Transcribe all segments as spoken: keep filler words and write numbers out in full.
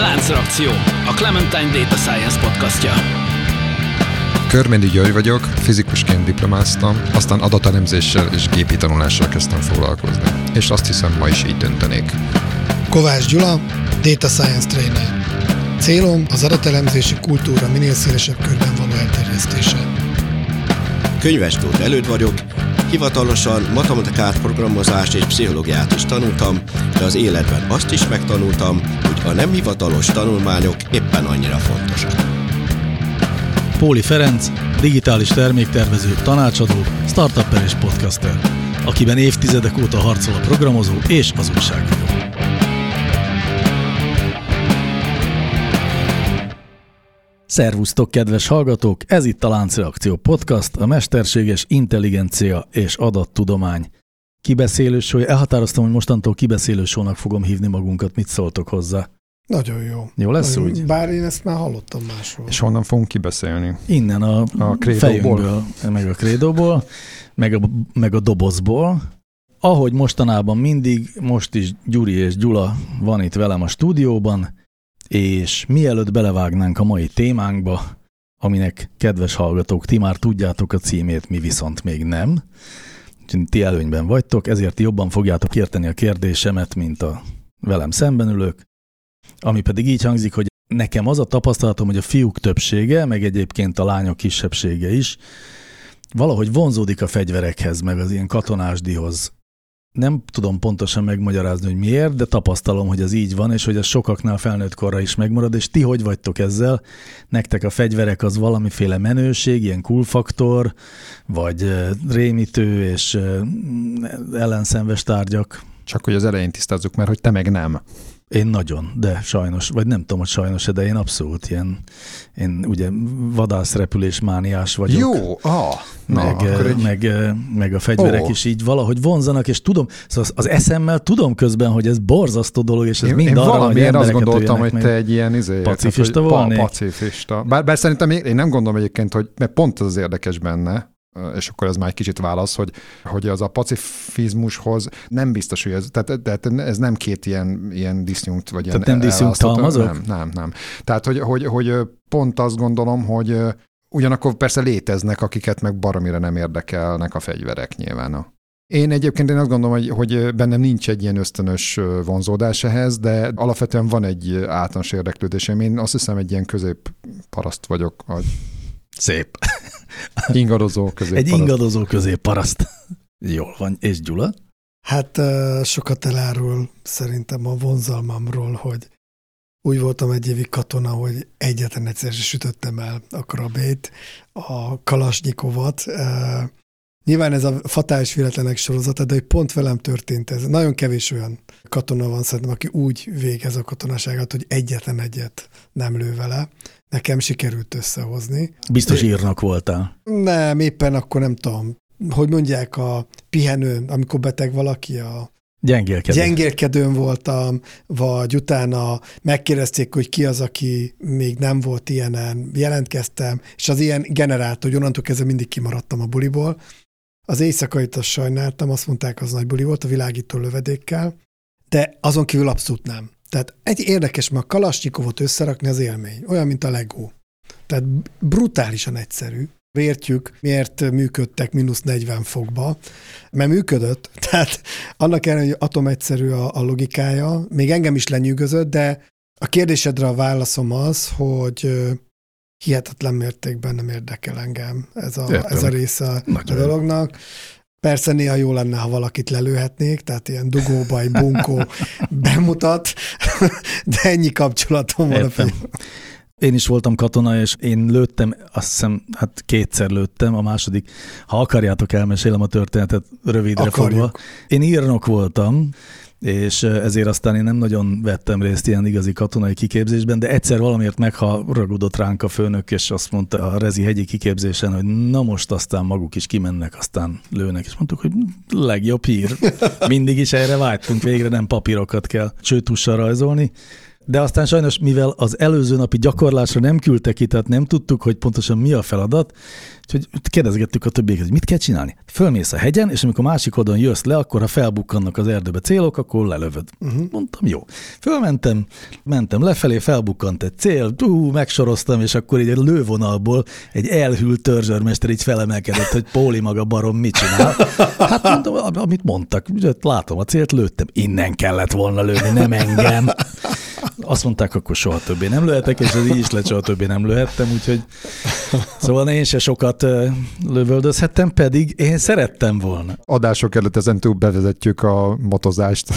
Láncreakció, a Clementine Data Science podcastja. Körméndi György vagyok, fizikusként diplomáztam, aztán adatelemzéssel és gépi tanulással kezdtem foglalkozni. És azt hiszem, ma is így döntenék. Kovács Gyula, Data Science Trainer. Célom az adatelemzési kultúra minél szélesebb körben való elterjesztése. Könyves Tóth Előd vagyok, hivatalosan matematikát, programozást és pszichológiát is tanultam, de az életben azt is megtanultam, hogy a nem hivatalos tanulmányok éppen annyira fontosak. Póli Ferenc, digitális terméktervező, tanácsadó, startupper és podcaster, akiben évtizedek óta harcol a programozó és az újságíró. Szervusztok, kedves hallgatók! Ez itt a Láncreakció podcast, a mesterséges intelligencia és adattudomány kibeszélő show. Elhatároztam, hogy mostantól kibeszélő show-nak fogom hívni magunkat. Mit szóltok hozzá? Nagyon jó. Jó lesz Nagyon, úgy? Bár én ezt már hallottam máshol. És honnan fogunk kibeszélni? Innen a, a fejünkből, meg a krédóból, meg a, meg a dobozból. Ahogy mostanában mindig, most is Gyuri és Gyula van itt velem a stúdióban, és mielőtt belevágnánk a mai témánkba, aminek, kedves hallgatók, ti már tudjátok a címét, mi viszont még nem. Ti előnyben vagytok, ezért ti jobban fogjátok érteni a kérdésemet, mint a velem szemben ülők. Ami pedig így hangzik, hogy nekem az a tapasztalatom, hogy a fiúk többsége, meg egyébként a lányok kisebbsége is, valahogy vonzódik a fegyverekhez, meg az ilyen katonásdihoz. Nem tudom pontosan megmagyarázni, hogy miért, de tapasztalom, hogy ez így van, és hogy ez sokaknál felnőtt korra is megmarad, és ti hogy vagytok ezzel? Nektek a fegyverek az valamiféle menőség, ilyen kulfaktor, vagy rémítő és ellenszenves tárgyak? Csak hogy az elején tisztázzuk, mert hogy te meg nem. Én nagyon, de sajnos, vagy nem tudom, hogy sajnos, de én abszolút ilyen, én ugye vadászrepülés mániás vagyok. Jó, ah, meg, na, egy... meg, meg a fegyverek oh. is így valahogy vonzanak, és tudom, szóval az eszemmel tudom közben, hogy ez borzasztó dolog, és ez én, mind én arra, hogy én azt gondoltam, hogy te egy ilyen izé, pacifista hát, volnék. Pacifista. Bár, bár szerintem én nem gondolom egyébként, hogy mert pont ez az érdekes benne, és akkor ez már egy kicsit válasz, hogy, hogy az a pacifizmushoz nem biztos, hogy ez, tehát, tehát ez nem két ilyen, ilyen disznyunkt, vagy tehát ilyen nem disznyunktalmazok? Nem, nem, nem. Tehát, hogy, hogy, hogy pont azt gondolom, hogy ugyanakkor persze léteznek, akiket meg baromira nem érdekelnek a fegyverek nyilván. Én egyébként én azt gondolom, hogy, hogy bennem nincs egy ilyen ösztönös vonzódás ehhez, de alapvetően van egy általános érdeklődésem. Én azt hiszem, egy ilyen középparaszt vagyok. Hogy... Szép. Ingadozó középparaszt. Egy ingadozó középparaszt. Jól van. És Gyula? Hát sokat elárul szerintem a vonzalmamról, hogy úgy voltam egy évig katona, hogy egyetlen egyszer se sütöttem el a krabét, a kalasnyikovat. Nyilván ez a fatális véletlenek sorozata, de pont velem történt ez. Nagyon kevés olyan katona van szerintem, aki úgy végez a katonaságát, hogy egyetlen egyet nem lő vele. Nekem sikerült összehozni. Biztos írnak voltál. Nem, éppen akkor nem tudom. Hogy mondják a pihenőn, amikor beteg valaki, a gyengélkedő. gyengélkedőn voltam, vagy utána megkérdezték, hogy ki az, aki még nem volt ilyenen, jelentkeztem, és az ilyen generált, hogy onnantól kezdve mindig kimaradtam a buliból. Az éjszakait azt sajnáltam, azt mondták, az nagy buli volt, a világító lövedékkel, de azon kívül abszolút nem. Tehát egy érdekes, mert a kalasnyikovot összerakni az élmény, olyan, mint a Lego. Tehát brutálisan egyszerű. Értjük, miért működtek mínusz negyven fokba, mert működött. Tehát annak ellenére, hogy atomegyszerű a, a logikája, még engem is lenyűgözött, de a kérdésedre a válaszom az, hogy hihetetlen mértékben nem érdekel engem ez a, ez a része a dolognak. Persze néha jó lenne, ha valakit lelőhetnék, tehát ilyen dugóbaj, bunkó bemutat, de ennyi kapcsolatom van. A Én is voltam katona, és én lőttem, azt hiszem, hát kétszer lőttem, a második, ha akarjátok, elmesélem a történetet rövidre fogva. Én írnok voltam, és ezért aztán én nem nagyon vettem részt ilyen igazi katonai kiképzésben, de egyszer valamiért megharagudott ránk a főnök, és azt mondta a Rezi hegyi kiképzésen, hogy na most aztán maguk is kimennek, aztán lőnek, és mondtuk, hogy legjobb hír. Mindig is erre vágytunk, végre nem papírokat kell csőtussal rajzolni. De aztán sajnos, mivel az előző napi gyakorlásra nem küldtek ki, tehát nem tudtuk, hogy pontosan mi a feladat, úgyhogy kérdezgettük a többieket, hogy mit kell csinálni. Fölmész a hegyen, és amikor másik oldalon jössz le, akkor ha felbukkannak az erdőbe célok, akkor lelövöd. Uh-huh. Mondtam, jó. Fölmentem, mentem lefelé, felbukkant egy cél, hú, megsoroztam, és akkor így egy lővonalból egy elhűlt törzsőrmester így felemelkedett, hogy Póli maga barom mit csinál. Hát mondom, amit mondtak, látom a célt, lőttem. Innen kellett volna lőni, nem engem. Azt mondták, akkor soha többé nem lőhetek, és ez így is lett, soha többé nem lőhettem, úgyhogy szóval én se sokat lövöldözhettem, pedig én szerettem volna. Adások előtt ezen túl bevezetjük a motozást.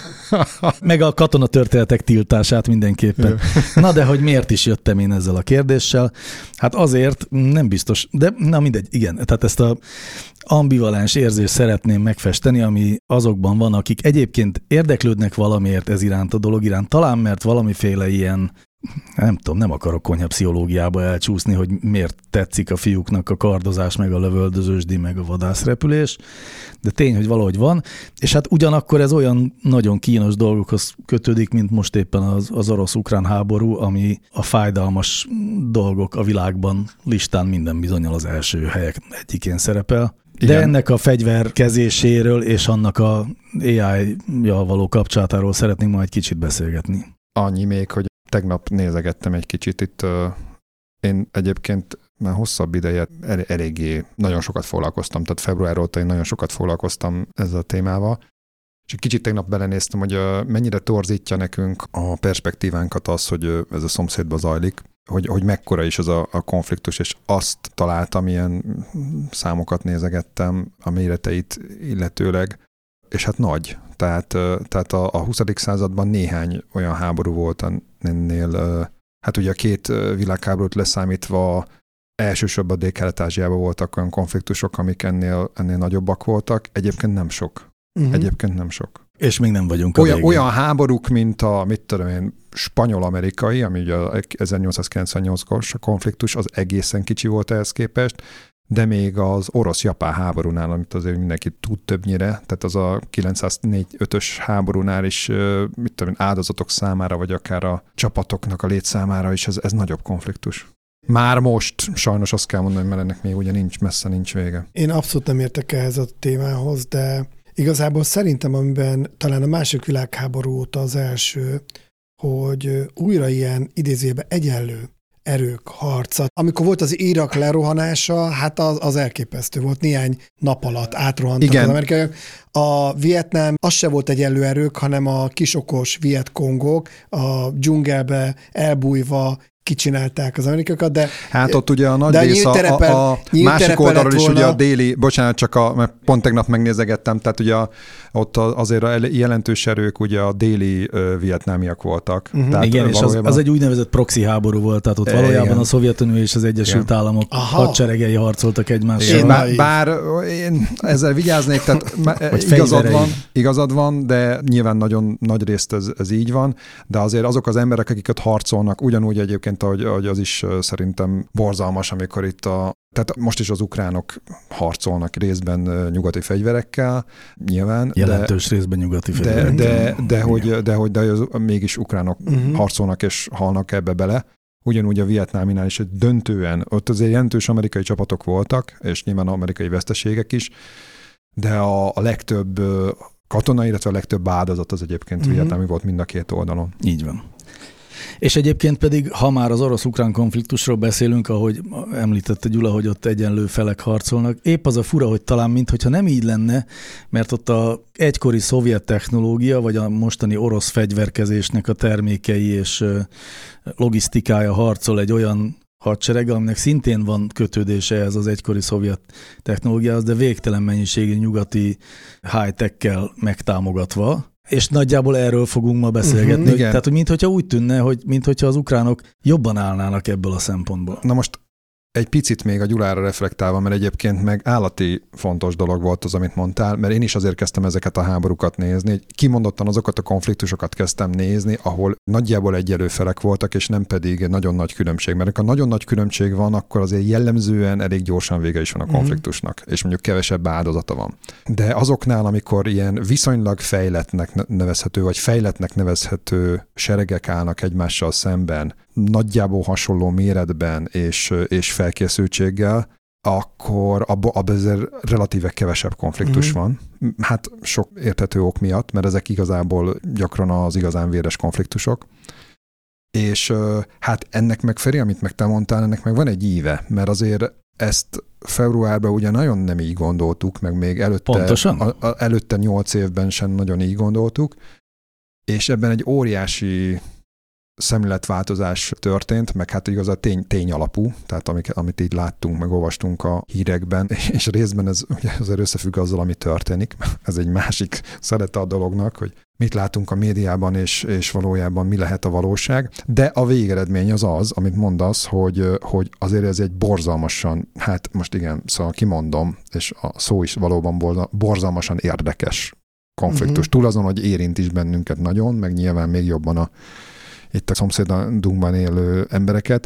Meg a katonatörténetek tiltását mindenképpen. Na de hogy miért is jöttem én ezzel a kérdéssel? Hát azért nem biztos, de na mindegy, igen. Tehát ezt a ambivalens érzést szeretném megfesteni, ami azokban van, akik egyébként érdeklődnek valamiért ez iránt, a dolog iránt, talán mert valamiféle ilyen, nem tudom, nem akarok konyhapszichológiába elcsúszni, hogy miért tetszik a fiúknak a kardozás, meg a lövöldözősdi, meg a vadászrepülés, de tény, hogy valahogy van, és hát ugyanakkor ez olyan nagyon kínos dolgokhoz kötődik, mint most éppen az, az orosz-ukrán háború, ami a fájdalmas dolgok a világban listán minden bizonnyal az első helyek egyikén szerepel. De igen. Ennek a fegyverkezéséről és annak a á í-jal való kapcsolatáról szeretnénk majd kicsit beszélgetni. Annyi még, hogy tegnap nézegettem egy kicsit itt. Én egyébként már hosszabb ideje el, eléggé nagyon sokat foglalkoztam, tehát február óta én nagyon sokat foglalkoztam ezzel a témával, és egy kicsit tegnap belenéztem, hogy mennyire torzítja nekünk a perspektívánkat az, hogy ez a szomszédban zajlik, hogy, hogy mekkora is az a, a konfliktus, és azt találtam, ilyen számokat nézegettem, a méreteit illetőleg, és hát nagy. Tehát, tehát a, a huszadik században néhány olyan háború volt ennél, hát ugye a két világháborút leszámítva elsősorban Dél-Kelet-Ázsiában voltak olyan konfliktusok, amik ennél, ennél nagyobbak voltak. Egyébként nem sok. Uh-huh. Egyébként nem sok. És még nem vagyunk a olyan, olyan háborúk, mint a, mit tudom én, spanyol-amerikai, ami ugye a ezernyolcszázkilencvennyolcas konfliktus, az egészen kicsi volt ehhez képest, de még az orosz-japán háborúnál, amit azért mindenki tud többnyire, tehát az a kilencszáznégy-ötös háborúnál is, mit tudom én, áldozatok számára, vagy akár a csapatoknak a létszámára is, ez, ez nagyobb konfliktus. Már most sajnos azt kell mondani, mert ennek még ugye nincs, messze nincs vége. Én abszolút nem értek ehhez a témához, de igazából szerintem, amiben talán a második világháború óta az első, hogy újra ilyen idézőjelben egyenlő erők harca. Amikor volt az Irak lerohanása, hát az, az elképesztő volt. Néhány nap alatt átrohantak Igen. az amerikaiak. A Vietnám, az se volt egyenlő erők, hanem a kisokos vietkongok a dzsungelbe elbújva kicsinálták az amerikaiakat, de... Hát ott ugye a nagy rész a, terepel, a, a másik oldalról is volna. Ugye a déli, bocsánat, csak a, mert pont tegnap megnézegettem, tehát ugye a, ott azért a jelentős erők ugye a déli uh, vietnámiak voltak. Uh-huh. Tehát igen, és az, az egy úgynevezett proxy háború volt, tehát ott e, valójában igen. a Szovjetunió és az Egyesült igen. Államok Aha. hadseregei harcoltak egymással. Bár, bár én ezzel vigyáznék, tehát igazad van, igazad van, de nyilván nagyon nagy részt ez, ez így van, de azért azok az emberek, akiket harcolnak, ugyanúgy egyébként Ahogy, ahogy az is szerintem borzalmas, amikor itt a... Tehát most is az ukránok harcolnak részben nyugati fegyverekkel, nyilván. Jelentős de, részben nyugati fegyverekkel. De, de, de, hogy, de, hogy de az, mégis ukránok uh-huh. harcolnak és halnak ebbe bele. Ugyanúgy a vietnáminál is döntően, ott azért jelentős amerikai csapatok voltak, és nyilván amerikai veszteségek is, de a, a legtöbb katona, illetve a legtöbb áldozat az egyébként uh-huh. vietnámi volt mind a két oldalon. Így van. És egyébként pedig, ha már az orosz-ukrán konfliktusról beszélünk, ahogy említette Gyula, hogy ott egyenlő felek harcolnak, épp az a fura, hogy talán minthogyha nem így lenne, mert ott a egykori szovjet technológia, vagy a mostani orosz fegyverkezésnek a termékei és logisztikája harcol egy olyan hadsereggel, aminek szintén van kötődése ez az egykori szovjet technológiához, de végtelen mennyiségű nyugati high-tech-kel megtámogatva. És nagyjából erről fogunk ma beszélgetni. Uh-huh, hogy, tehát, hogy minthogyha úgy tűnne, hogy minthogyha az ukránok jobban állnának ebből a szempontból. Na most egy picit még a Gyulára reflektálva, mert egyébként meg állati fontos dolog volt az, amit mondtál, mert én is azért kezdtem ezeket a háborúkat nézni. Kimondottan azokat a konfliktusokat kezdtem nézni, ahol nagyjából egyenlő felek voltak, és nem pedig nagyon nagy különbség. Mert ha nagyon nagy különbség van, akkor azért jellemzően elég gyorsan vége is van a konfliktusnak, mm. és mondjuk kevesebb áldozata van. De azoknál, amikor ilyen viszonylag fejlettnek nevezhető, vagy fejlettnek nevezhető seregek állnak egymással szemben, nagyjából hasonló méretben és, és felkészültséggel, akkor abban abba ezzel relatíve kevesebb konfliktus mm-hmm. van. Hát sok érthető ok miatt, mert ezek igazából gyakran az igazán véres konfliktusok. És hát ennek meg, Feri, amit meg te mondtál, ennek meg van egy íve, mert azért ezt februárban ugye nagyon nem így gondoltuk, meg még előtte, a, a, előtte nyolc évben sem nagyon így gondoltuk, és ebben egy óriási szemléletváltozás történt, meg hát igazán tény, tény alapú, tehát amik, amit így láttunk, meg olvastunk a hírekben, és részben ez ugye azért összefügg azzal, ami történik. Ez egy másik szelete a dolognak, hogy mit látunk a médiában, és, és valójában mi lehet a valóság. De a végeredmény az az, amit mondasz, hogy, hogy azért ez egy borzalmasan, hát most igen, szóval kimondom, és a szó is valóban borzalmasan érdekes konfliktus. Mm-hmm. Túl azon, hogy érint is bennünket nagyon, meg nyilván még jobban a itt a szomszédunkban élő embereket,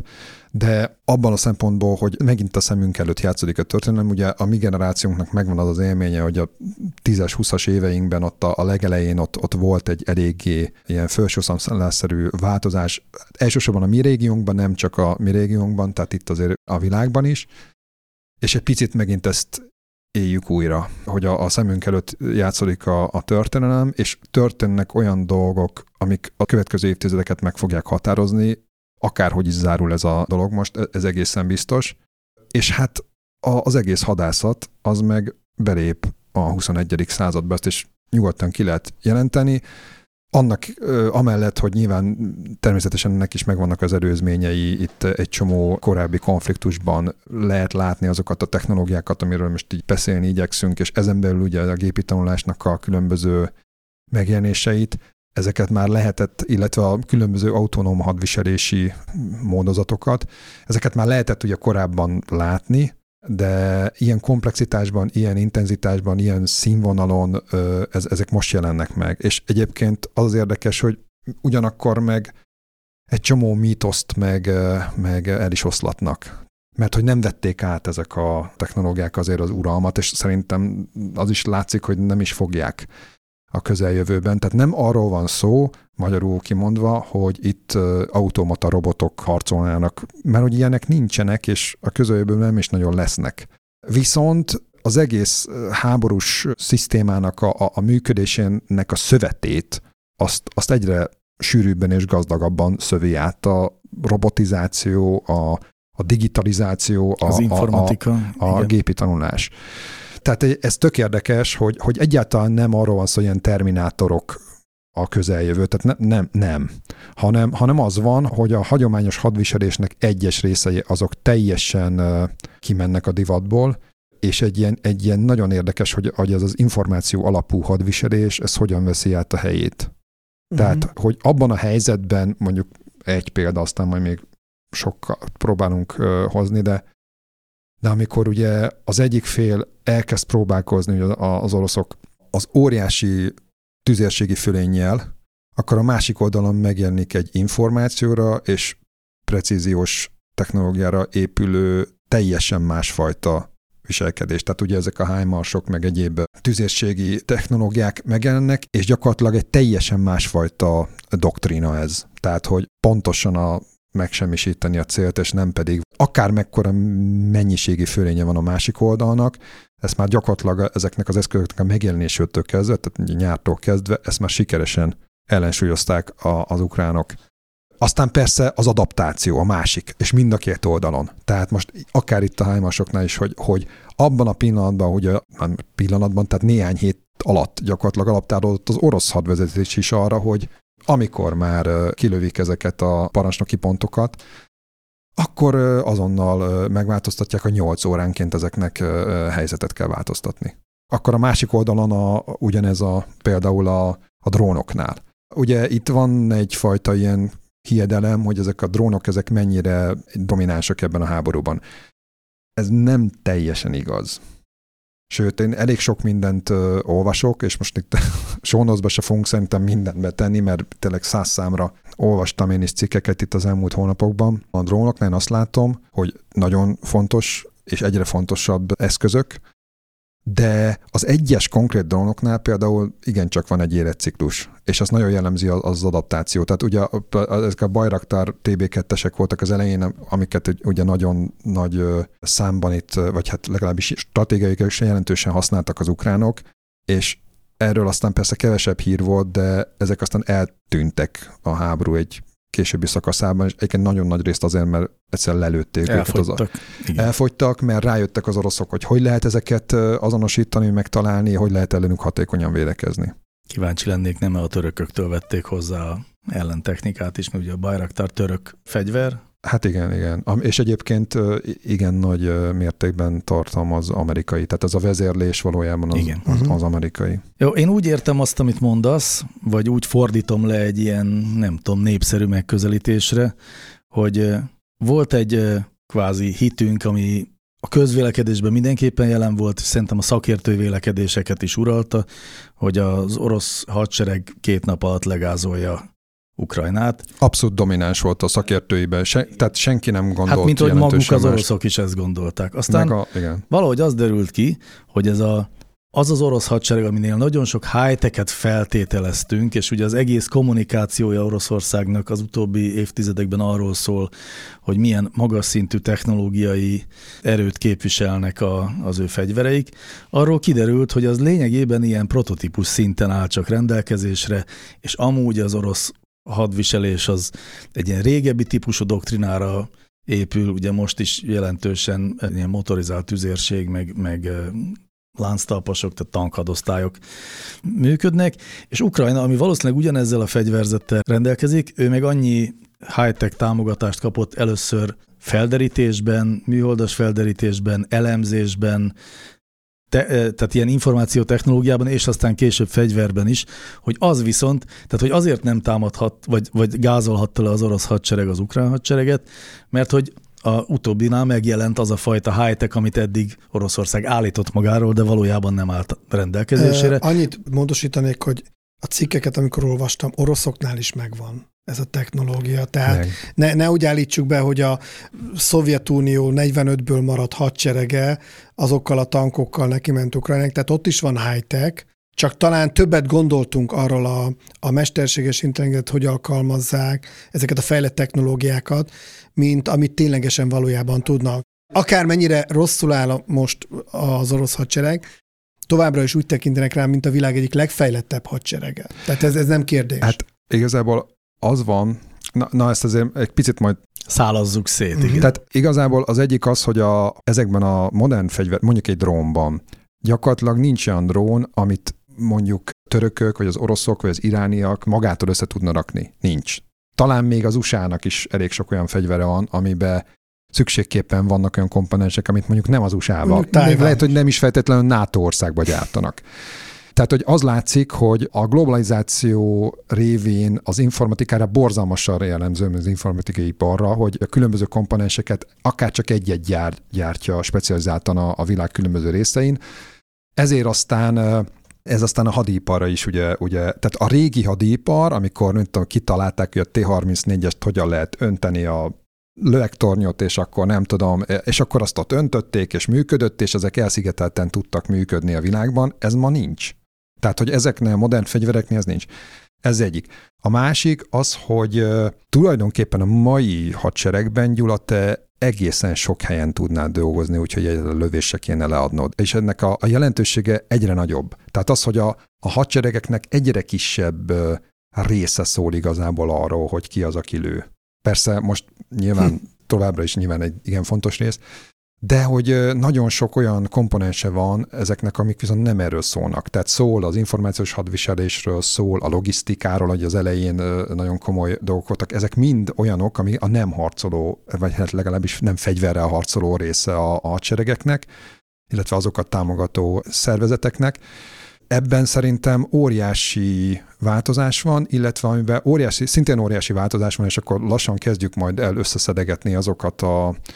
de abban a szempontból, hogy megint a szemünk előtt játszódik a történelem, ugye a mi generációnknak megvan az az élménye, hogy a tízes-húszas éveinkben ott a, a legelején ott, ott volt egy eléggé ilyen felsőszamszálásszerű változás, elsősorban a mi régiónkban, nem csak a mi régiónkban, tehát itt azért a világban is, és egy picit megint ezt éljük újra, hogy a, a szemünk előtt játszódik a, a történelem, és történnek olyan dolgok, amik a következő évtizedeket meg fogják határozni, akárhogy is zárul ez a dolog most, ez egészen biztos. És hát a, az egész hadászat, az meg belép a huszonegyedik századba, ezt is nyugodtan ki lehet jelenteni. Annak amellett, hogy nyilván természetesen ennek is megvannak az előzményei, itt egy csomó korábbi konfliktusban lehet látni azokat a technológiákat, amiről most így beszélni igyekszünk, és ezen belül ugye a gépi tanulásnak a különböző megjelenéseit, ezeket már lehetett, illetve a különböző autonóm hadviselési módozatokat, ezeket már lehetett ugye korábban látni, de ilyen komplexitásban, ilyen intenzitásban, ilyen színvonalon ez, ezek most jelennek meg. És egyébként az érdekes, hogy ugyanakkor meg egy csomó mítoszt meg, meg el is oszlatnak. Mert hogy nem vették át ezek a technológiák azért az uralmat, és szerintem az is látszik, hogy nem is fogják a közeljövőben. Tehát nem arról van szó, magyarul kimondva, hogy itt automata robotok harcolnának, mert hogy ilyenek nincsenek, és a közeljövőben nem is nagyon lesznek. Viszont az egész háborús szisztémának a, a, a működésének a szövetét, azt, azt egyre sűrűbben és gazdagabban szövi át a robotizáció, a, a digitalizáció, a, az informatika, a, a, a gépi tanulás. Tehát ez tök érdekes, hogy, hogy egyáltalán nem arról van szó, hogy ilyen terminátorok a közeljövő, tehát ne, nem, nem. Hanem, hanem az van, hogy a hagyományos hadviselésnek egyes részei azok teljesen uh, kimennek a divatból, és egy ilyen, egy ilyen nagyon érdekes, hogy, hogy ez az információ alapú hadviselés, ez hogyan veszi át a helyét. Uh-huh. Tehát, hogy abban a helyzetben, mondjuk egy példa, aztán majd még sokkal próbálunk uh, hozni, de De amikor ugye az egyik fél elkezd próbálkozni ugye az oroszok az óriási tüzérségi fölénnyel, akkor a másik oldalon megjelenik egy információra és precíziós technológiára épülő teljesen másfajta viselkedés. Tehát ugye ezek a HIMARS-ok meg egyéb tüzérségi technológiák megjelennek, és gyakorlatilag egy teljesen másfajta doktrína ez. Tehát, hogy pontosan a megsemmisíteni a célt, és nem pedig akár mekkora mennyiségi fölénye van a másik oldalnak, ezt már gyakorlatilag ezeknek az eszközöknek a megjelenésétől kezdve, tehát nyártól kezdve, ezt már sikeresen ellensúlyozták a, az ukránok. Aztán persze az adaptáció, a másik, és mind a két oldalon. Tehát most akár itt a HIMARS-oknál is, hogy, hogy abban a pillanatban, hogy a pillanatban, tehát néhány hét alatt gyakorlatilag adaptálódott az orosz hadvezetés is arra, hogy amikor már kilövik ezeket a parancsnoki pontokat, akkor azonnal megváltoztatják, a nyolc óránként ezeknek helyzetet kell változtatni. Akkor a másik oldalon a, ugyanez a, például a, a drónoknál. Ugye itt van egyfajta ilyen hiedelem, hogy ezek a drónok ezek mennyire dominánsak ebben a háborúban. ez nem teljesen igaz. Sőt, én elég sok mindent ö, olvasok, és most itt show-notesba se fogunk szerintem mindent betenni, mert tényleg száz számra olvastam én is cikkeket itt az elmúlt hónapokban. A drónoknál azt látom, hogy nagyon fontos és egyre fontosabb eszközök, de az egyes konkrét drónoknál például igencsak van egy életciklus, és az nagyon jellemzi az, az adaptáció. Tehát ugye ezek a Bayraktar té bé kettesek voltak az elején, amiket ugye nagyon nagy számban itt, vagy hát legalábbis stratégiai jelentősen használtak az ukránok, és erről aztán persze kevesebb hír volt, de ezek aztán eltűntek a háború egy későbbi szakaszában, és egyébként nagyon nagy részt azért, mert egyszerűen lelőtték Elfogytak. őket. Az a... Elfogytak, mert rájöttek az oroszok, hogy hogy lehet ezeket azonosítani, megtalálni, hogy lehet ellenük hatékonyan védekezni. Kíváncsi lennék, nem a törököktől vették hozzá a ellentechnikát is, mert ugye a Bayraktar török fegyver. Hát igen, igen. És egyébként igen nagy mértékben tartalmaz amerikai. Tehát az a vezérlés valójában az, igen. az, az amerikai. Jó, én úgy értem azt, amit mondasz, vagy úgy fordítom le egy ilyen, nem tudom, népszerű megközelítésre, hogy volt egy kvázi hitünk, ami a közvélekedésben mindenképpen jelen volt, és szerintem a szakértő vélekedéseket is uralta, hogy az orosz hadsereg két nap alatt legázolja Ukrajnát. Abszolút domináns volt a szakértőiben, Se, tehát senki nem gondolt. Hát mint hogy maguk az oroszok is ezt gondolták. Aztán a, igen. valahogy az derült ki, hogy ez a, az az orosz hadsereg, aminél nagyon sok high-tech-et feltételeztünk, és ugye az egész kommunikációja Oroszországnak az utóbbi évtizedekben arról szól, hogy milyen magas szintű technológiai erőt képviselnek a, az ő fegyvereik. Arról kiderült, hogy az lényegében ilyen prototípus szinten áll csak rendelkezésre, és amúgy az orosz hadviselés az egy ilyen régebbi típusú doktrinára épül, ugye most is jelentősen ilyen motorizált tüzérség, meg, meg lánctalpasok, tehát tankhadosztályok működnek, és Ukrajna, ami valószínűleg ugyanezzel a fegyverzettel rendelkezik, ő meg annyi high-tech támogatást kapott először felderítésben, műholdas felderítésben, elemzésben, Te, tehát ilyen információtechnológiában, és aztán később fegyverben is, hogy az viszont, tehát hogy azért nem támadhat, vagy, vagy gázolhatta le az orosz hadsereg az ukrán hadsereget, mert hogy a utóbbinál megjelent az a fajta high-tech, amit eddig Oroszország állított magáról, de valójában nem állt rendelkezésére. E, annyit módosítanék, hogy a cikkeket, amikor olvastam, oroszoknál is megvan ez a technológia. Tehát ne, ne úgy állítsuk be, hogy a Szovjetunió negyvenötből maradt hadserege azokkal a tankokkal neki ment Ukrajnának, tehát ott is van high-tech, csak talán többet gondoltunk arról a, a mesterséges intelligenciát, hogy alkalmazzák ezeket a fejlett technológiákat, mint amit ténylegesen valójában tudnak. Akármennyire rosszul áll most az orosz hadsereg, továbbra is úgy tekintenek rá, mint a világ egyik legfejlettebb hadserege. Tehát ez, ez nem kérdés. Hát igazából az van, na, na ezt azért egy picit majd szálazzuk szét. Mm-hmm. Tehát igazából az egyik az, hogy a, ezekben a modern fegyver, mondjuk egy drónban, gyakorlatilag nincs olyan drón, amit mondjuk törökök, vagy az oroszok, vagy az irániak magától össze tudna rakni. Nincs. Talán még az u es á-nak is elég sok olyan fegyvere van, amiben szükségképpen vannak olyan komponensek, amit mondjuk nem az u es á-ban. Még lehet, hogy nem is feltétlenül NATO országba gyártanak. Tehát, hogy az látszik, hogy a globalizáció révén az informatikára borzalmasan jellemző, az informatikai iparra, hogy a különböző komponenseket akár csak egy-egy gyár, gyártja specializáltan a, a világ különböző részein. Ezért aztán ez aztán a hadiparra is, ugye, ugye, tehát a régi hadipar, amikor nem tudom, kitalálták, hogy a té harmincnégyest hogyan lehet önteni a lövegtornyot, és akkor nem tudom, és akkor azt ott öntötték, és működött, és ezek elszigetelten tudtak működni a világban, ez ma nincs. Tehát, hogy ezeknél a modern fegyvereknél ez nincs. Ez egyik. A másik az, hogy uh, tulajdonképpen a mai hadseregben, Gyula, te egészen sok helyen tudnád dolgozni, úgyhogy egy lövésre kéne leadnod. És ennek a, a jelentősége egyre nagyobb. Tehát az, hogy a, a hadseregeknek egyre kisebb uh, része szól igazából arról, hogy ki az, aki lő. Persze most nyilván hm. továbbra is nyilván egy igen fontos rész, de hogy nagyon sok olyan komponense van ezeknek, amik viszont nem erről szólnak. Tehát szól az információs hadviselésről, szól a logisztikáról, hogy az elején nagyon komoly dolgok voltak. Ezek mind olyanok, ami a nem harcoló, vagy hát legalábbis nem fegyverrel harcoló része a, a hadseregeknek, illetve azokat támogató szervezeteknek. Ebben szerintem óriási változás van, illetve amiben óriási, szintén óriási változás van, és akkor lassan kezdjük majd el összeszedegetni azokat a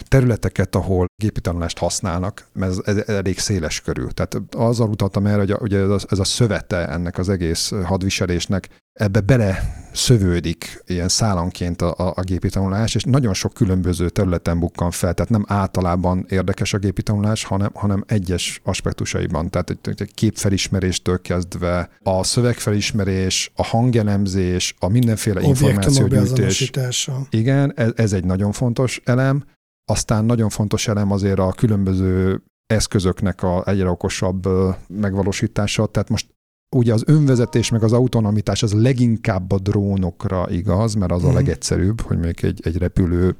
területeket, ahol gépi tanulást használnak, mert ez, ez elég széles körű. Tehát azzal utaltam el, hogy a, ugye ez, a, ez a szövete ennek az egész hadviselésnek, ebbe bele szövődik ilyen szálanként a, a, a gépi tanulás, és nagyon sok különböző területen bukkan fel, tehát nem általában érdekes a gépi tanulás, hanem, hanem egyes aspektusaiban. Tehát egy képfelismeréstől kezdve a szövegfelismerés, a hangelemzés, a mindenféle információgyűjtés. Igen, ez, ez egy nagyon fontos elem. Aztán nagyon fontos elem azért a különböző eszközöknek a egyre okosabb megvalósítása. Tehát most ugye az önvezetés meg az autonomitás az leginkább a drónokra igaz, mert az mm. a legegyszerűbb, hogy még egy, egy repülő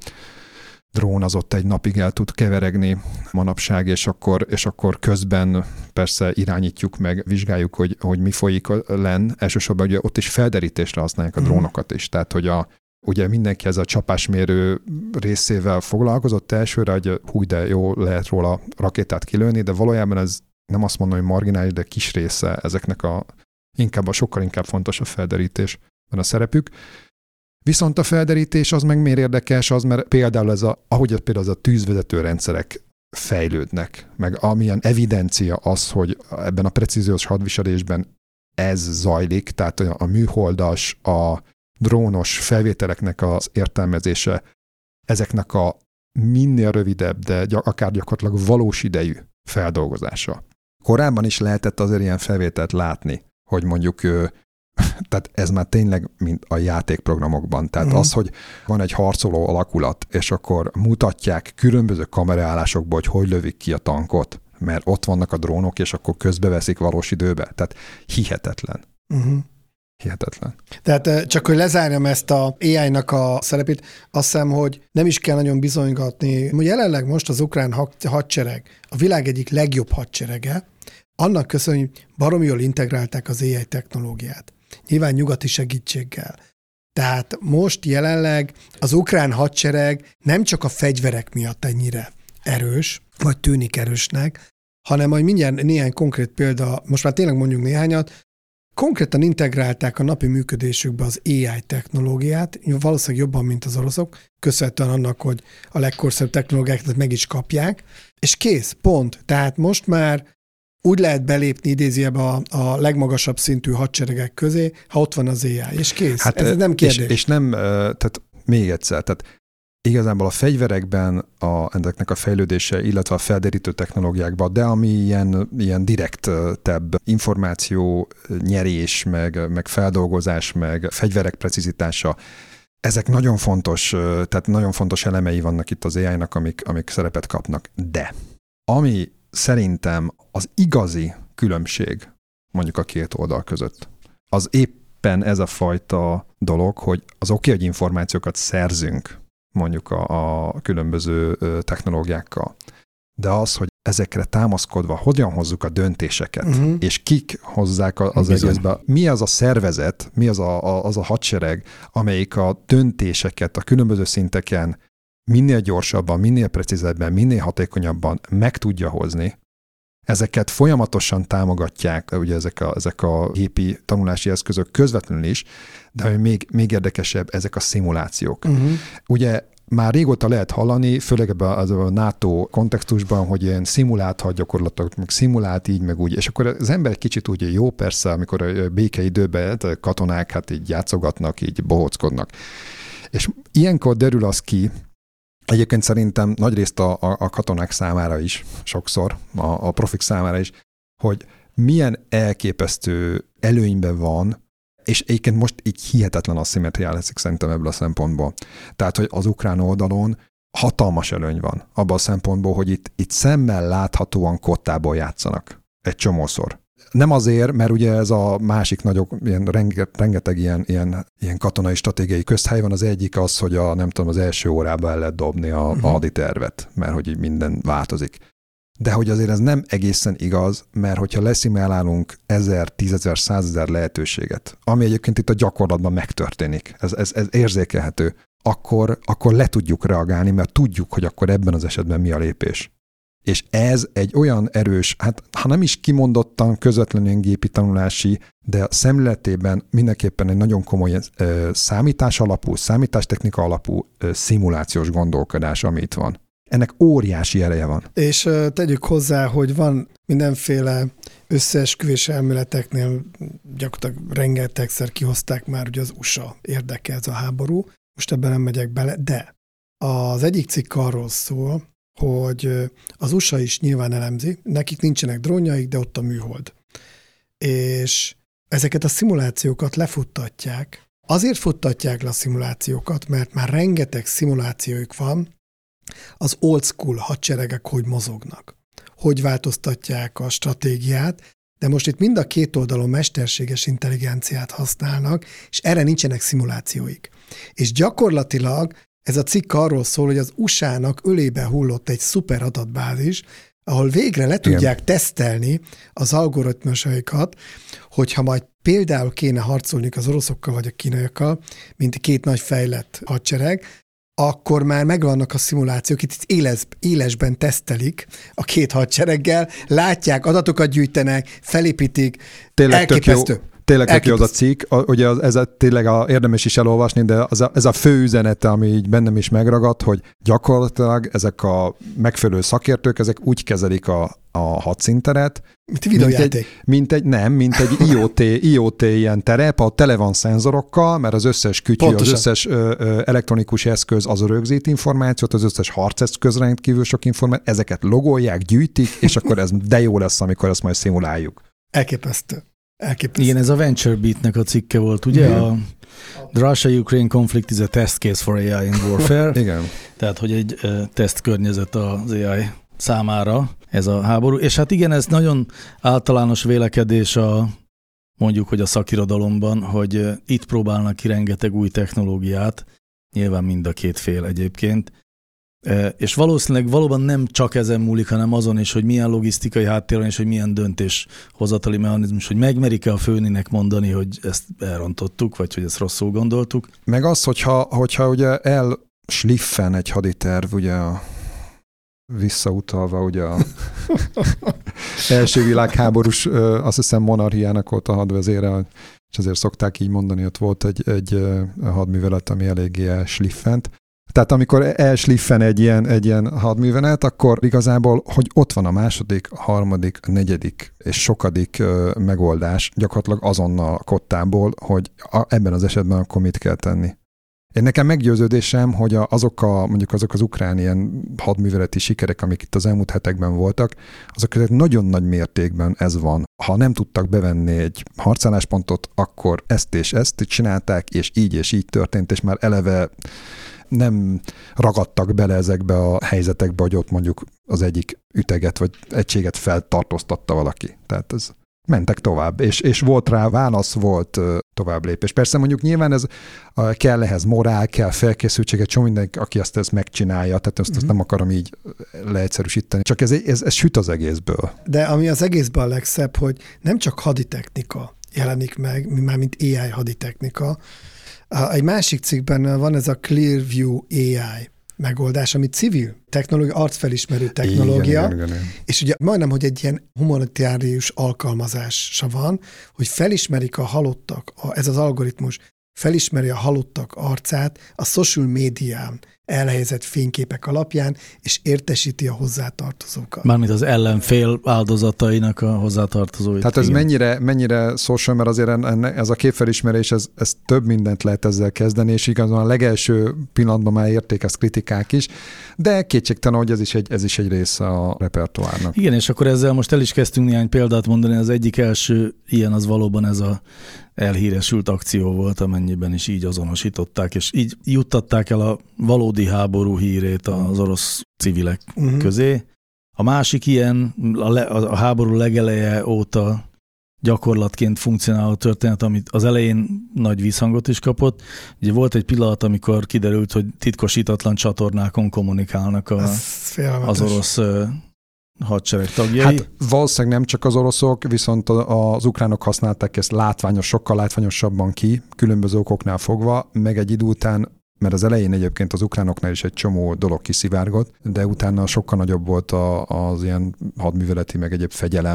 drón az ott egy napig el tud keveregni manapság, és akkor, és akkor közben persze irányítjuk meg, vizsgáljuk, hogy, hogy mi folyik lenn. Elsősorban ugye ott is felderítésre használják a drónokat is. Tehát, hogy a ugye mindenki ez a csapásmérő részével foglalkozott elsőre, hogy hú, de jó, lehet róla rakétát kilőni, de valójában ez nem azt mondom, hogy marginális, de kis része ezeknek a inkább a sokkal inkább fontos a felderítés van a szerepük. Viszont a felderítés az meg miért érdekes, az mert például ez a, ahogy például az a tűzvezető rendszerek fejlődnek, meg amilyen evidencia az, hogy ebben a precíziós hadviselésben ez zajlik, tehát a műholdas, a drónos felvételeknek az értelmezése, ezeknek a minél rövidebb, de gy- akár gyakorlatilag valós idejű feldolgozása. Korábban is lehetett azért ilyen felvételt látni, hogy mondjuk, tehát ez már tényleg mint a játékprogramokban. Tehát uh-huh. az, hogy van egy harcoló alakulat, és akkor mutatják különböző kameraállásokból, hogy hogy lövik ki a tankot, mert ott vannak a drónok, és akkor közbeveszik valós időbe. Tehát hihetetlen. Uh-huh. Hihetetlen. Tehát csak, hogy lezárjam ezt a á í-nak a szerepét, azt hiszem, hogy nem is kell nagyon bizonygatni, hogy jelenleg most az ukrán hadsereg a világ egyik legjobb hadserege, annak köszönjük, hogy baromi jól integrálták az á í technológiát. Nyilván nyugati segítséggel. Tehát most jelenleg az ukrán hadsereg nem csak a fegyverek miatt ennyire erős, vagy tűnik erősnek, hanem majd mindjárt néhány konkrét példa, most már tényleg mondjuk néhányat, konkrétan integrálták a napi működésükbe az á í technológiát, valószínűleg jobban, mint az oroszok, köszönhetően annak, hogy a legkorszerűbb technológiákat meg is kapják, és kész, pont. Tehát most már úgy lehet belépni idézőjelbe a, a legmagasabb szintű hadseregek közé, ha ott van az á í, és kész. Hát, ez nem kérdés. És, és nem, tehát még egyszer, tehát igazából a fegyverekben a, ennek a fejlődése, illetve a felderítő technológiákban, de ami ilyen, ilyen direktebb információ nyerés, meg, meg feldolgozás, meg fegyverek precizitása, ezek nagyon fontos, tehát nagyon fontos elemei vannak itt az á í-nak, amik, amik szerepet kapnak. De ami szerintem az igazi különbség mondjuk a két oldal között, az éppen ez a fajta dolog, hogy az oké, hogy információkat szerzünk, mondjuk a, a különböző technológiákkal. De az, hogy ezekre támaszkodva hogyan hozzuk a döntéseket, uh-huh. és kik hozzák az Bizony. egészbe, mi az a szervezet, mi az a, a, az a hadsereg, amelyik a döntéseket a különböző szinteken minél gyorsabban, minél precízebben, minél hatékonyabban meg tudja hozni. Ezeket folyamatosan támogatják, ugye ezek a, ezek a gépi tanulási eszközök közvetlenül is, de ami még, még érdekesebb, ezek a szimulációk. Uh-huh. Ugye már régóta lehet hallani, főleg ebben a NATO kontextusban, hogy ilyen szimulált hadgyakorlatok, meg szimulált így, meg úgy, és akkor az ember kicsit úgy jó, persze, amikor a békeidőben a katonák hát így játszogatnak, így bohóckodnak. És ilyenkor derül az ki, egyébként szerintem nagyrészt a, a, a katonák számára is, sokszor, a, a profik számára is, hogy milyen elképesztő előnyben van, és egyébként most így hihetetlen asszimetriá leszik szerintem ebből a szempontból. Tehát, hogy az ukrán oldalon hatalmas előny van abban a szempontból, hogy itt, itt szemmel láthatóan kottából játszanak egy csomószor. Nem azért, mert ugye ez a másik nagyok, ilyen rengeteg, rengeteg ilyen, ilyen, ilyen katonai stratégiai közthely van, az egyik az, hogy a, nem tudom, az első órában el lehet dobni a, uh-huh. a haditervet, mert hogy így minden változik. De hogy azért ez nem egészen igaz, mert hogyha leszimálálunk ezer, tízezer, százezer lehetőséget, ami egyébként itt a gyakorlatban megtörténik, ez, ez, ez érzékelhető, akkor, akkor le tudjuk reagálni, mert tudjuk, hogy akkor ebben az esetben mi a lépés. És ez egy olyan erős, hát ha nem is kimondottan közvetlenül gépi tanulási, de szemléletében mindenképpen egy nagyon komoly ö, számítás alapú, számítástechnika alapú ö, szimulációs gondolkodás, ami itt van. ennek óriási ereje van. És uh, tegyük hozzá, hogy van mindenféle összeesküvés elméleteknél, gyakorlatilag rengetegszer kihozták már, hogy az u es á érdeke ez a háború. Most ebben nem megyek bele, de az egyik cikk arról szól, hogy az u es á is nyilván elemzi, nekik nincsenek drónjaik, de ott a műhold. És ezeket a szimulációkat lefuttatják. Azért futtatják le a szimulációkat, mert már rengeteg szimulációjuk van, az old school hadseregek hogy mozognak, hogy változtatják a stratégiát, de most itt mind a két oldalon mesterséges intelligenciát használnak, és erre nincsenek szimulációik. És gyakorlatilag ez a cikk arról szól, hogy az u es á-nak ölébe hullott egy szuper adatbázis, ahol végre le tudják Igen. tesztelni az algoritmusaikat, hogyha majd például kéne harcolniuk az oroszokkal vagy a kínaiakkal, mint két nagy fejlett hadsereg, akkor már megvannak a szimulációk, itt éles, élesben tesztelik a két hadsereggel, látják, adatokat gyűjtenek, felépítik, Tényleg elképesztő. Tök jó. Tényleg tök jó az a cikk, ugye az, ez a, tényleg a, érdemes is elolvasni, de az a, ez a fő üzenete, ami így bennem is megragadt, hogy gyakorlatilag ezek a megfelelő szakértők, ezek úgy kezelik a, a hadszínteret, mint egy videójáték. Mint egy, mint egy, nem, mint egy IoT, IoT ilyen terep, ahol tele van szenzorokkal, mert az összes kütyű, Pontosan. az összes ö, ö, elektronikus eszköz az rögzít információt, az összes harceszköz rendkívül sok információt, ezeket logolják, gyűjtik, és akkor ez de jó lesz, amikor ezt majd szimuláljuk. Elképesztő. Elképesztő. Igen, ez a VentureBeat-nek a cikke volt, ugye? Mm-hmm. A The Russia-Ukraine conflict is a test case for á i in warfare. Igen. Tehát, hogy egy uh, tesztkörnyezet az á i számára ez a háború. És hát igen, ez nagyon általános vélekedés a mondjuk, hogy a szakirodalomban, hogy uh, itt próbálnak ki rengeteg új technológiát, nyilván mind a két fél egyébként, és valószínűleg valóban nem csak ezen múlik, hanem azon is, hogy milyen logisztikai háttéren és hogy milyen döntéshozatali mechanizmus, hogy megmerik-e a főninek mondani, hogy ezt elrontottuk, vagy hogy ezt rosszul gondoltuk. Meg az, hogyha, hogyha ugye elsliffen egy haditerv, ugye a, visszautalva ugye a első világháborús, azt hiszem monarchiának volt a hadvezére, és azért szokták így mondani, ott volt egy, egy hadművelet, ami eléggé elsliffent. Tehát amikor elsliffen egy ilyen, egy ilyen hadművelet, akkor igazából, hogy ott van a második, a harmadik, a negyedik és sokadik ö, megoldás gyakorlatilag azonnal kottából, hogy a, ebben az esetben akkor mit kell tenni. Én nekem meggyőződésem, hogy a, azok, a, mondjuk azok az ukrán ilyen hadműveleti sikerek, amik itt az elmúlt hetekben voltak, azok között nagyon nagy mértékben ez van. Ha nem tudtak bevenni egy harcálláspontot, akkor ezt és ezt csinálták, és így és így történt, és már eleve nem ragadtak bele ezekbe a helyzetekbe, hogy ott mondjuk az egyik üteget vagy egységet feltartóztatta valaki. Tehát ez mentek tovább, és, és volt rá válasz, volt uh, tovább lépés. Persze mondjuk nyilván ez uh, kell ehhez morál, kell felkészültség, egy csomó mindenki, aki ezt, ezt megcsinálja, tehát ezt, mm-hmm. ezt nem akarom így leegyszerűsíteni. Csak ez, ez, ez süt az egészből. De ami az egészben a legszebb, hogy nem csak haditechnika jelenik meg, már mint á i haditechnika. Egy másik cikkben van ez a Clearview á i megoldás, ami civil technológia, arcfelismerő technológia, igen, igen, igen. És ugye majdnem, hogy egy ilyen humanitárius alkalmazása van, hogy felismerik a halottak, a, ez az algoritmus felismeri a halottak arcát a social médián elhelyezett fényképek alapján, és értesíti a hozzátartozókat. Mármint az ellenfél áldozatainak a hozzátartozóit. Tehát ez mennyire, mennyire social, mert azért ez a képfelismerés, ez, ez több mindent lehet ezzel kezdeni, és igazán a legelső pillanatban már érték ezt kritikák is, de kétségtelen, hogy ez is egy, ez is egy része a repertoárnak. Igen, és akkor ezzel most el is kezdtünk néhány példát mondani. Az egyik első ilyen az valóban ez a elhíresült akció volt, amennyiben is így azonosították, és így juttatták el a valódi háború hírét az orosz civilek uh-huh. közé. A másik ilyen, a, le, a háború legeleje óta gyakorlatként funkcionáló történet, amit az elején nagy visszhangot is kapott. Ugye volt egy pillanat, amikor kiderült, hogy titkosítatlan csatornákon kommunikálnak a, az orosz hadsereg tagjai. Hát valószínűleg nem csak az oroszok, viszont az ukránok használták ezt látványos, sokkal látványosabban ki, különböző okoknál fogva, meg egy idő után, mert az elején egyébként az ukránoknál is egy csomó dolog kiszivárgott, de utána sokkal nagyobb volt a, az ilyen hadműveleti, meg egyéb fegyelem,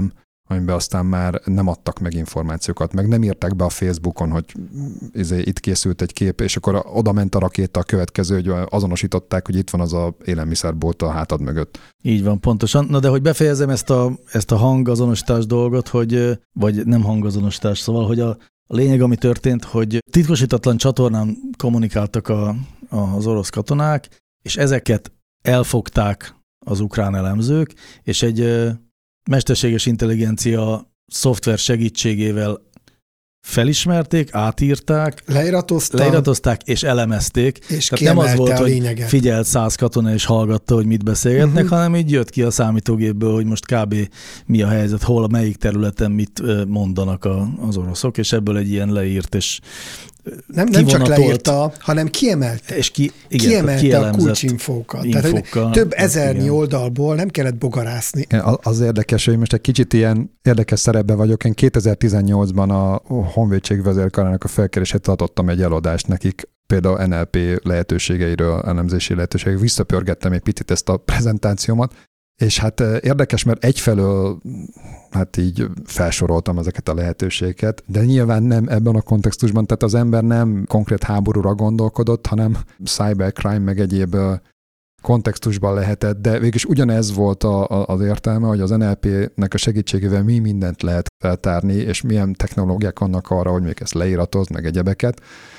amiben aztán már nem adtak meg információkat, meg nem írták be a Facebookon, hogy izé, itt készült egy kép, és akkor oda ment a rakéta a következő, hogy azonosították, hogy itt van az a élelmiszerbolt a hátad mögött. Így van, pontosan. Na de hogy befejezem ezt a, ezt a hangazonosítás dolgot, hogy, vagy nem hangazonosítás, szóval, hogy a, a lényeg, ami történt, hogy titkosítatlan csatornán kommunikáltak a, az orosz katonák, és ezeket elfogták az ukrán elemzők, és egy mesterséges intelligencia szoftver segítségével felismerték, átírták, leiratozták és elemezték. És tehát nem az volt, hogy figyelt száz katona és hallgatta, hogy mit beszélgetnek, uh-huh. hanem így jött ki a számítógépből, hogy most kb. Mi a helyzet, hol, melyik területen mit mondanak a, az oroszok, és ebből egy ilyen leírt és Nem, nem csak leírta, hanem kiemelte. És ki, igen, kiemelte a kulcsinfókat. Infókkal, Tehát több ezernyi igen. oldalból nem kellett bogarászni. Az érdekes, hogy most egy kicsit ilyen érdekes szerepben vagyok. Én kétezer-tizennyolcban a Honvédség vezérkarának a felkeresét adottam egy eladást nekik, például en el pé lehetőségeiről, elemzési lehetőségeiről. Visszapörgettem egy picit ezt a prezentációmat, és hát érdekes, mert egyfelől hát így felsoroltam ezeket a lehetőségeket, de nyilván nem ebben a kontextusban, tehát az ember nem konkrét háborúra gondolkodott, hanem cybercrime meg egyéb kontextusban lehetett, de végülis ugyanez volt a, a, az értelme, hogy az en el pé-nek a segítségével mi mindent lehet feltárni, és milyen technológiák vannak arra, hogy még ezt leíratoz, meg egyebeket.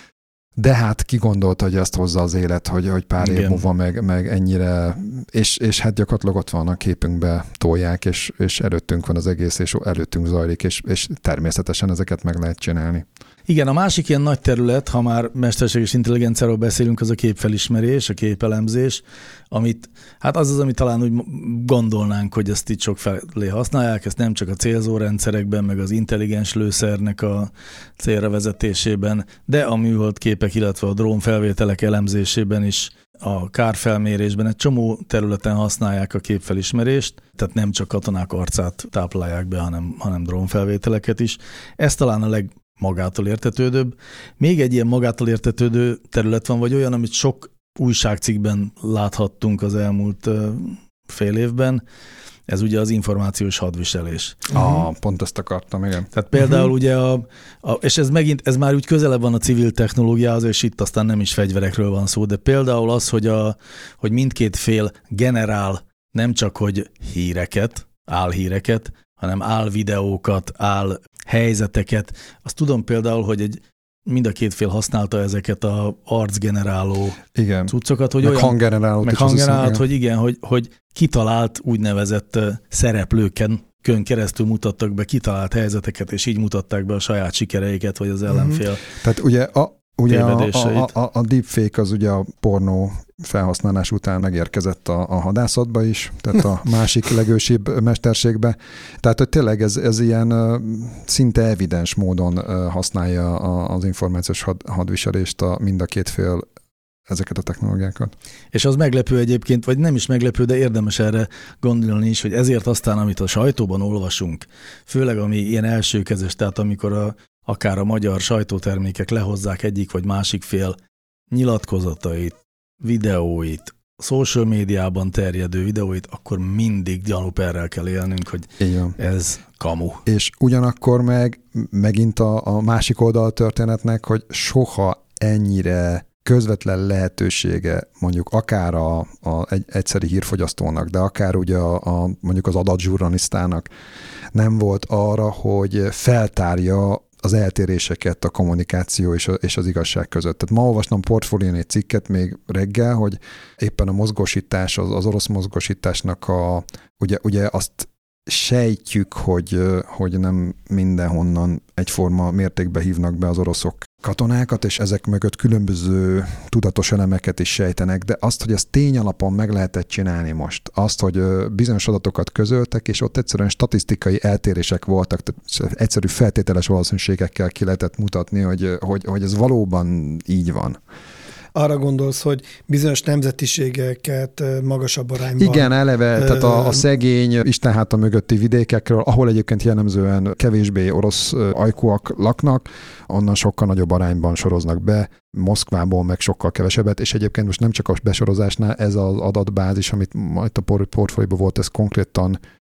De hát ki gondolta, hogy ezt hozza az élet, hogy, hogy pár Igen. év múlva meg, meg ennyire, és, és hát gyakorlatilag ott van a képünkbe tolják, és, és előttünk van az egész, és előttünk zajlik, és, és természetesen ezeket meg lehet csinálni. Igen, a másik ilyen nagy terület, ha már mesterséges intelligenciáról beszélünk, az a képfelismerés, a képelemzés, amit, hát az az, ami talán úgy gondolnánk, hogy ezt itt sok felé használják, ezt nem csak a célzórendszerekben, meg az intelligens lőszernek a célra vezetésében, de a műhold képek, illetve a drónfelvételek elemzésében is, a kárfelmérésben egy csomó területen használják a képfelismerést, tehát nem csak katonák arcát táplálják be, hanem, hanem drónfelvételeket is. Ez talán a leg magától értetődőbb. Még egy ilyen magától értetődő terület van, vagy olyan, amit sok újságcikkben láthattunk az elmúlt uh, fél évben, ez ugye az információs hadviselés. Ah, pont ezt akartam, igen. Tehát például uh-huh. ugye, a, a, és ez megint, ez már úgy közelebb van a civil technológiához, és itt aztán nem is fegyverekről van szó, de például az, hogy, a, hogy mindkét fél generál nem csak hogy híreket, álhíreket, hanem álvideókat, áll helyzeteket. Azt tudom például, hogy egy, mind a két fél használta ezeket az arcgeneráló igen. cuccokat, hogy meg olyan, hanggenerálót meg hanggenerálót, hogy igen, hogy, hogy kitalált úgynevezett szereplőken kön keresztül mutattak be kitalált helyzeteket, és így mutatták be a saját sikereiket, vagy az ellenfél. Mm-hmm. Tehát ugye a Ugye a, a, a, a deepfake az ugye a pornó felhasználás után megérkezett a, a hadászatba is, tehát a másik legősibb mesterségbe. Tehát, hogy tényleg ez, ez ilyen szinte evidens módon használja az információs had, hadviselést a, mind a két fél ezeket a technológiákat. És az meglepő egyébként, vagy nem is meglepő, de érdemes erre gondolni is, hogy ezért aztán, amit a sajtóban olvasunk, főleg ami ilyen elsőkezes, tehát amikor a akár a magyar sajtótermékek lehozzák egyik vagy másik fél nyilatkozatait, videóit, social médiában terjedő videóit, akkor mindig gyanúperrel kell élnünk, hogy ez kamu. És ugyanakkor meg megint a, a másik oldal a történetnek, hogy soha ennyire közvetlen lehetősége mondjuk akár a, a egy, egyszeri hírfogyasztónak, de akár ugye a, a, mondjuk az adatzsurnalisztának nem volt arra, hogy feltárja az eltéréseket a kommunikáció és, a, és az igazság között. Tehát ma olvastam Portfólión egy cikket még reggel, hogy éppen a mozgósítás, az, az orosz mozgósításnak a, ugye, ugye azt sejtjük, hogy, hogy nem mindenhonnan egyforma mértékben hívnak be az oroszok katonákat, és ezek mögött különböző tudatos elemeket is sejtenek, de azt, hogy ezt tény alapon meg lehetett csinálni most, azt, hogy bizonyos adatokat közöltek, és ott egyszerűen statisztikai eltérések voltak, tehát egyszerű feltételes valószínűségekkel ki lehetett mutatni, hogy, hogy, hogy ez valóban így van. Arra gondolsz, hogy bizonyos nemzetiségeket magasabb arányban... Igen, eleve, tehát a, a szegény istenháta mögötti vidékekről, ahol egyébként jellemzően kevésbé orosz ajkúak laknak, onnan sokkal nagyobb arányban soroznak be, Moszkvából meg sokkal kevesebbet, és egyébként most nem csak a besorozásnál, ez az adatbázis, amit majd a portfólióban volt, ez konkrétan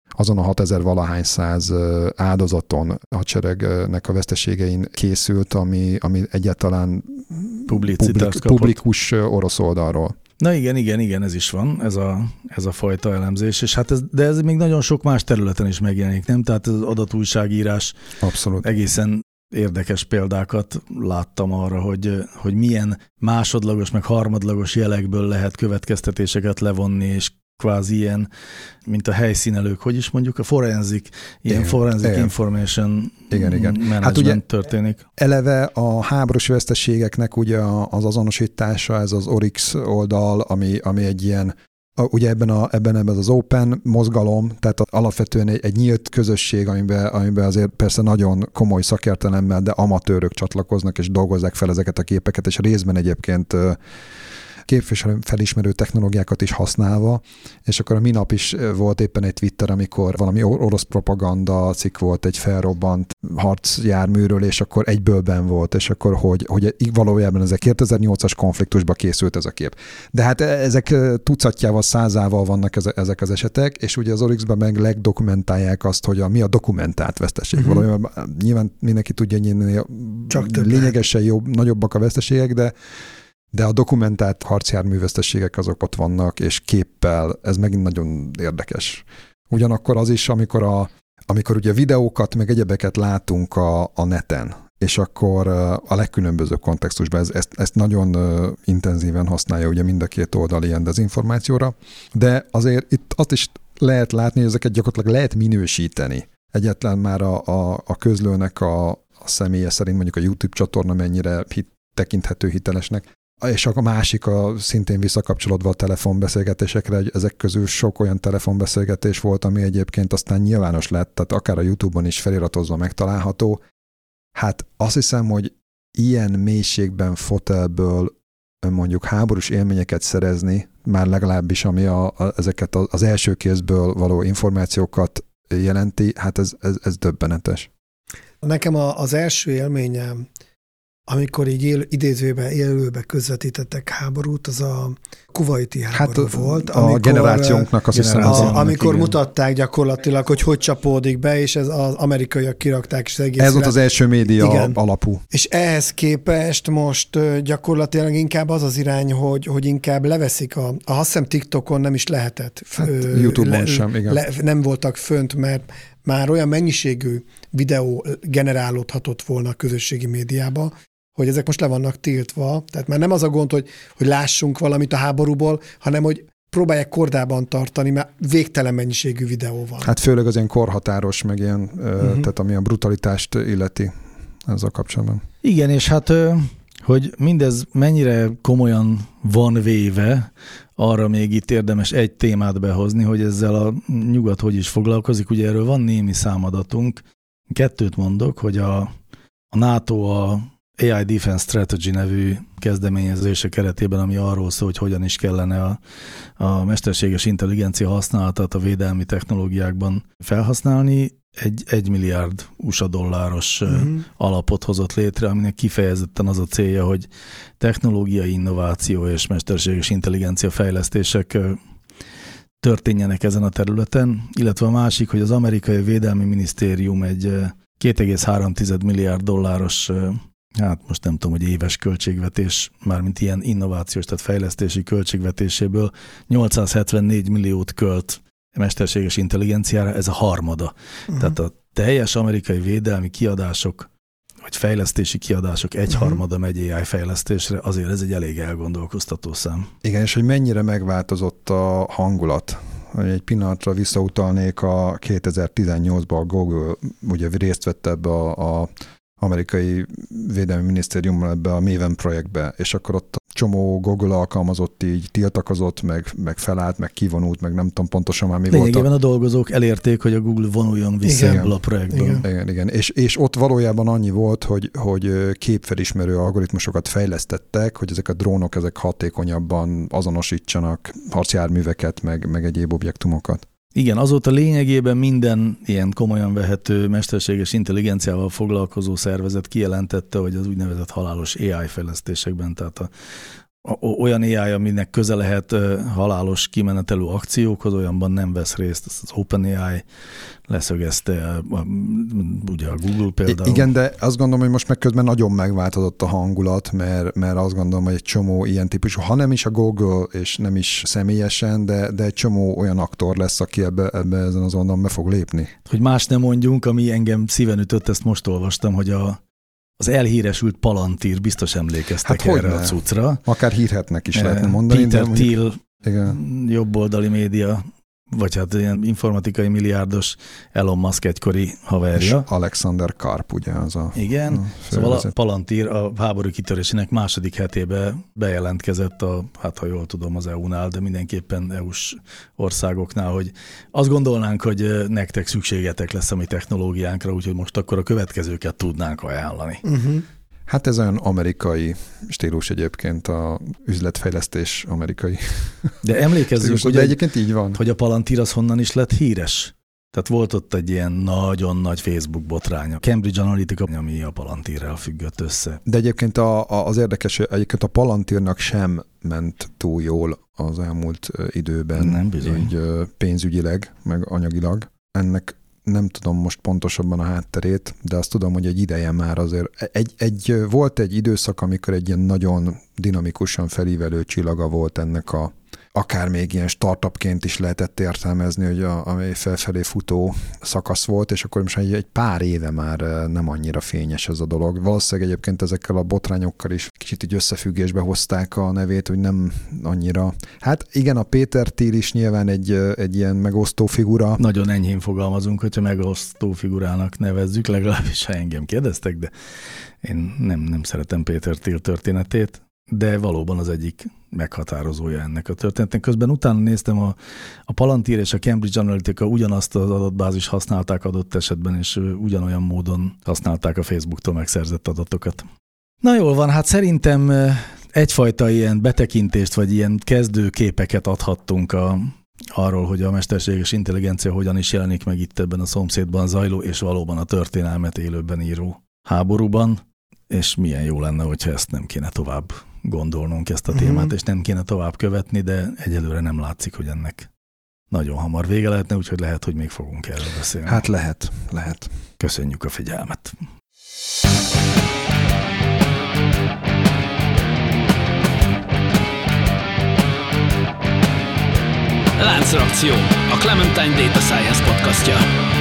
azon a hatezer valahány száz áldozaton, hadseregnek a veszteségein készült, ami, ami egyáltalán publik, publikus orosz oldalról. Na igen, igen, igen, ez is van, ez a, ez a fajta elemzés, és hát ez, de ez még nagyon sok más területen is megjelenik, nem? Tehát az adatújságírás abszolút egészen érdekes példákat láttam arra, hogy, hogy milyen másodlagos, meg harmadlagos jelekből lehet következtetéseket levonni, és kvázi ilyen, mint a helyszínelők, hogy is mondjuk, a forenzik, ilyen igen, forensic igen. information igen, igen. management hát ugye történik. Eleve a háborús veszteségeknek ugye az azonosítása, ez az Oryx oldal, ami, ami egy ilyen, ugye ebben, a, ebben, ebben az open mozgalom, tehát alapvetően egy, egy nyílt közösség, amiben, amiben azért persze nagyon komoly szakértelemmel, de amatőrök csatlakoznak és dolgozzák fel ezeket a képeket, és részben egyébként képviselő felismerő technológiákat is használva, és akkor a minap is volt éppen egy Twitter, amikor valami orosz propaganda cikk volt egy felrobbant harcjárműről, és akkor egyből benn volt, és akkor hogy, hogy valójában ezek kétezer-nyolcas konfliktusba készült ez a kép. De hát ezek tucatjával, százával vannak ezek az esetek, és ugye az Oryxben meg legdokumentálják azt, hogy a, mi a dokumentált veszteség. Uh-huh. Valójában nyilván mindenki tudja, hogy lényegesen jobb, nagyobbak a veszteségek, de De a dokumentált harcjárműveszteségek azok ott vannak, és képpel, ez megint nagyon érdekes. Ugyanakkor az is, amikor, a, amikor ugye videókat, meg egyebeket látunk a, a neten, és akkor a legkülönbözőbb kontextusban ez, ezt, ezt nagyon intenzíven használja ugye mind a két oldal ilyen dezinformációra, de azért itt azt is lehet látni, hogy ezeket gyakorlatilag lehet minősíteni. Egyetlen már a, a, a közlőnek a, a személye szerint mondjuk a YouTube csatorna mennyire hit, tekinthető hitelesnek, és a másik a szintén visszakapcsolódva a telefonbeszélgetésekre, hogy ezek közül sok olyan telefonbeszélgetés volt, ami egyébként aztán nyilvános lett, tehát akár a YouTube-on is feliratozva megtalálható. Hát azt hiszem, hogy ilyen mélységben fotelből mondjuk háborús élményeket szerezni, már legalábbis ami a, a, ezeket az első kézből való információkat jelenti, hát ez, ez, ez döbbenetes. Nekem a, az első élményem, amikor így él, idézőben, élőbe közvetítettek háborút, az a kuvaiti háború hát volt. A amikor, generációnknak azt hiszem. A, amikor igen. mutatták gyakorlatilag, hogy hogy csapódik be, és ez az amerikaiak kirakták. És egész ez volt az első média igen. alapú. És ehhez képest most gyakorlatilag inkább az az irány, hogy, hogy inkább leveszik a, a azt hiszem TikTokon nem is lehetett. Hát, YouTube-on le, sem, igen. Le, nem voltak fönt, mert már olyan mennyiségű videó generálódhatott volna a közösségi médiába, hogy ezek most le vannak tiltva. Tehát már nem az a gond, hogy, hogy lássunk valamit a háborúból, hanem hogy próbálják kordában tartani, mert végtelen mennyiségű videó van. Hát főleg az ilyen korhatáros, meg ilyen, uh-huh. tehát ami a brutalitást illeti ezzel kapcsolatban. Igen, és hát, hogy mindez mennyire komolyan van véve, arra még itt érdemes egy témát behozni, hogy ezzel a nyugat hogy is foglalkozik. Ugye erről van némi számadatunk. Kettőt mondok, hogy a, a NATO a á i Defense Strategy nevű kezdeményezése keretében, ami arról szól, hogy hogyan is kellene a, a mesterséges intelligencia használatát a védelmi technológiákban felhasználni, egy egy milliárd u es á dolláros uh-huh. alapot hozott létre, aminek kifejezetten az a célja, hogy technológiai innováció és mesterséges intelligencia fejlesztések történjenek ezen a területen, illetve a másik, hogy az amerikai védelmi minisztérium egy két egész három milliárd dolláros, hát most nem tudom, hogy éves költségvetés, mármint ilyen innovációs, tehát fejlesztési költségvetéséből nyolcszázhetvennégy milliót költ mesterséges intelligenciára, ez a harmada. Uh-huh. Tehát a teljes amerikai védelmi kiadások, vagy fejlesztési kiadások egyharmada uh-huh. megy á i fejlesztésre, azért ez egy elég elgondolkoztató szám. Igen, és hogy mennyire megváltozott a hangulat. Egy pillanatra visszautalnék a kétezer-tizennyolcban a Google ugye részt vett ebbe a, a amerikai védelmi minisztériummal ebbe a Maven projektbe, és akkor ott csomó Google alkalmazott így tiltakozott, meg, meg felállt, meg kivonult, meg nem tudom pontosan már mi volt. Lényegében a... a dolgozók elérték, hogy a Google vonuljon vissza igen. ebből a projektből. Igen, igen. igen. És, és ott valójában annyi volt, hogy, hogy képfelismerő algoritmusokat fejlesztettek, hogy ezek a drónok ezek hatékonyabban azonosítsanak harcjárműveket, meg, meg egyéb objektumokat. Igen, azóta lényegében minden ilyen komolyan vehető mesterséges intelligenciával foglalkozó szervezet kijelentette, hogy az úgynevezett halálos á i fejlesztésekben, tehát a, olyan á i, aminek köze lehet halálos kimenetelő akciókhoz, olyanban nem vesz részt. Ez az OpenAI leszögezte, ugye a Google például. Igen, de azt gondolom, hogy most meg közben nagyon megváltozott a hangulat, mert, mert azt gondolom, hogy egy csomó ilyen típusú, ha nem is a Google, és nem is személyesen, de, de egy csomó olyan aktor lesz, aki ebbe, ebbe ezen az oldalon be fog lépni. Hogy más nem mondjunk, ami engem szíven ütött, ezt most olvastam, hogy a az elhíresült Palantír, biztos emlékeztek hát erre a cuccra. Akár hírhetnek is lehetne mondani. Peter Thiel, igen. jobboldali média, vagy hát ilyen informatikai milliárdos Elon Musk egykori haverja. És Alexander Karp, ugye az a Igen, a szóval a Palantír a háború kitörésének második hetébe bejelentkezett, a, hát ha jól tudom, az é u-nál, de mindenképpen é u-s országoknál, hogy azt gondolnánk, hogy nektek szükségetek lesz a mi technológiánkra, úgyhogy most akkor a következőket tudnánk ajánlani. Uh-huh. Hát ez olyan amerikai stílus egyébként, a üzletfejlesztés amerikai. De emlékezzünk, stílus, de egyébként így van. Hogy a Palantír az honnan is lett híres. Tehát volt ott egy ilyen nagyon nagy Facebook botránya. Cambridge Analytica, ami a Palantírrel függött össze. De egyébként a, a, az érdekes, egyébként a Palantírnak sem ment túl jól az elmúlt időben. Nem bizony. Így pénzügyileg, meg anyagilag. Ennek nem tudom most pontosabban a hátterét, de azt tudom, hogy egy ideje már azért egy, egy, volt egy időszak, amikor egy ilyen nagyon dinamikusan felívelő csillaga volt ennek a, akár még ilyen startupként is lehetett értelmezni, hogy a, a felfelé futó szakasz volt, és akkor most egy, egy pár éve már nem annyira fényes ez a dolog. Valószínűleg egyébként ezekkel a botrányokkal is kicsit így összefüggésbe hozták a nevét, hogy nem annyira. Hát igen, a Peter Thiel is nyilván egy, egy ilyen megosztó figura. Nagyon enyhén fogalmazunk, hogyha megosztó figurának nevezzük, legalábbis ha engem kérdeztek, de én nem, nem szeretem Peter Thiel történetét, de valóban az egyik meghatározója ennek a történetnek. Közben utána néztem, a, a Palantír és a Cambridge Analytica ugyanazt az adatbázis használták adott esetben, és ugyanolyan módon használták a Facebooktól megszerzett adatokat. Na jól van, hát szerintem egyfajta ilyen betekintést, vagy ilyen kezdőképeket adhattunk a, arról, hogy a mesterséges intelligencia hogyan is jelenik meg itt ebben a szomszédban zajló, és valóban a történelmet élőben író háborúban, és milyen jó lenne, hogyha ezt nem kéne tovább gondolnunk, ezt a témát, uh-huh. és nem kéne tovább követni, de egyelőre nem látszik, hogy ennek nagyon hamar vége lehetne, úgyhogy lehet, hogy még fogunk erről beszélni. Hát lehet, lehet. Köszönjük a figyelmet. Láncreakció, a Clementine Data Science podcastja.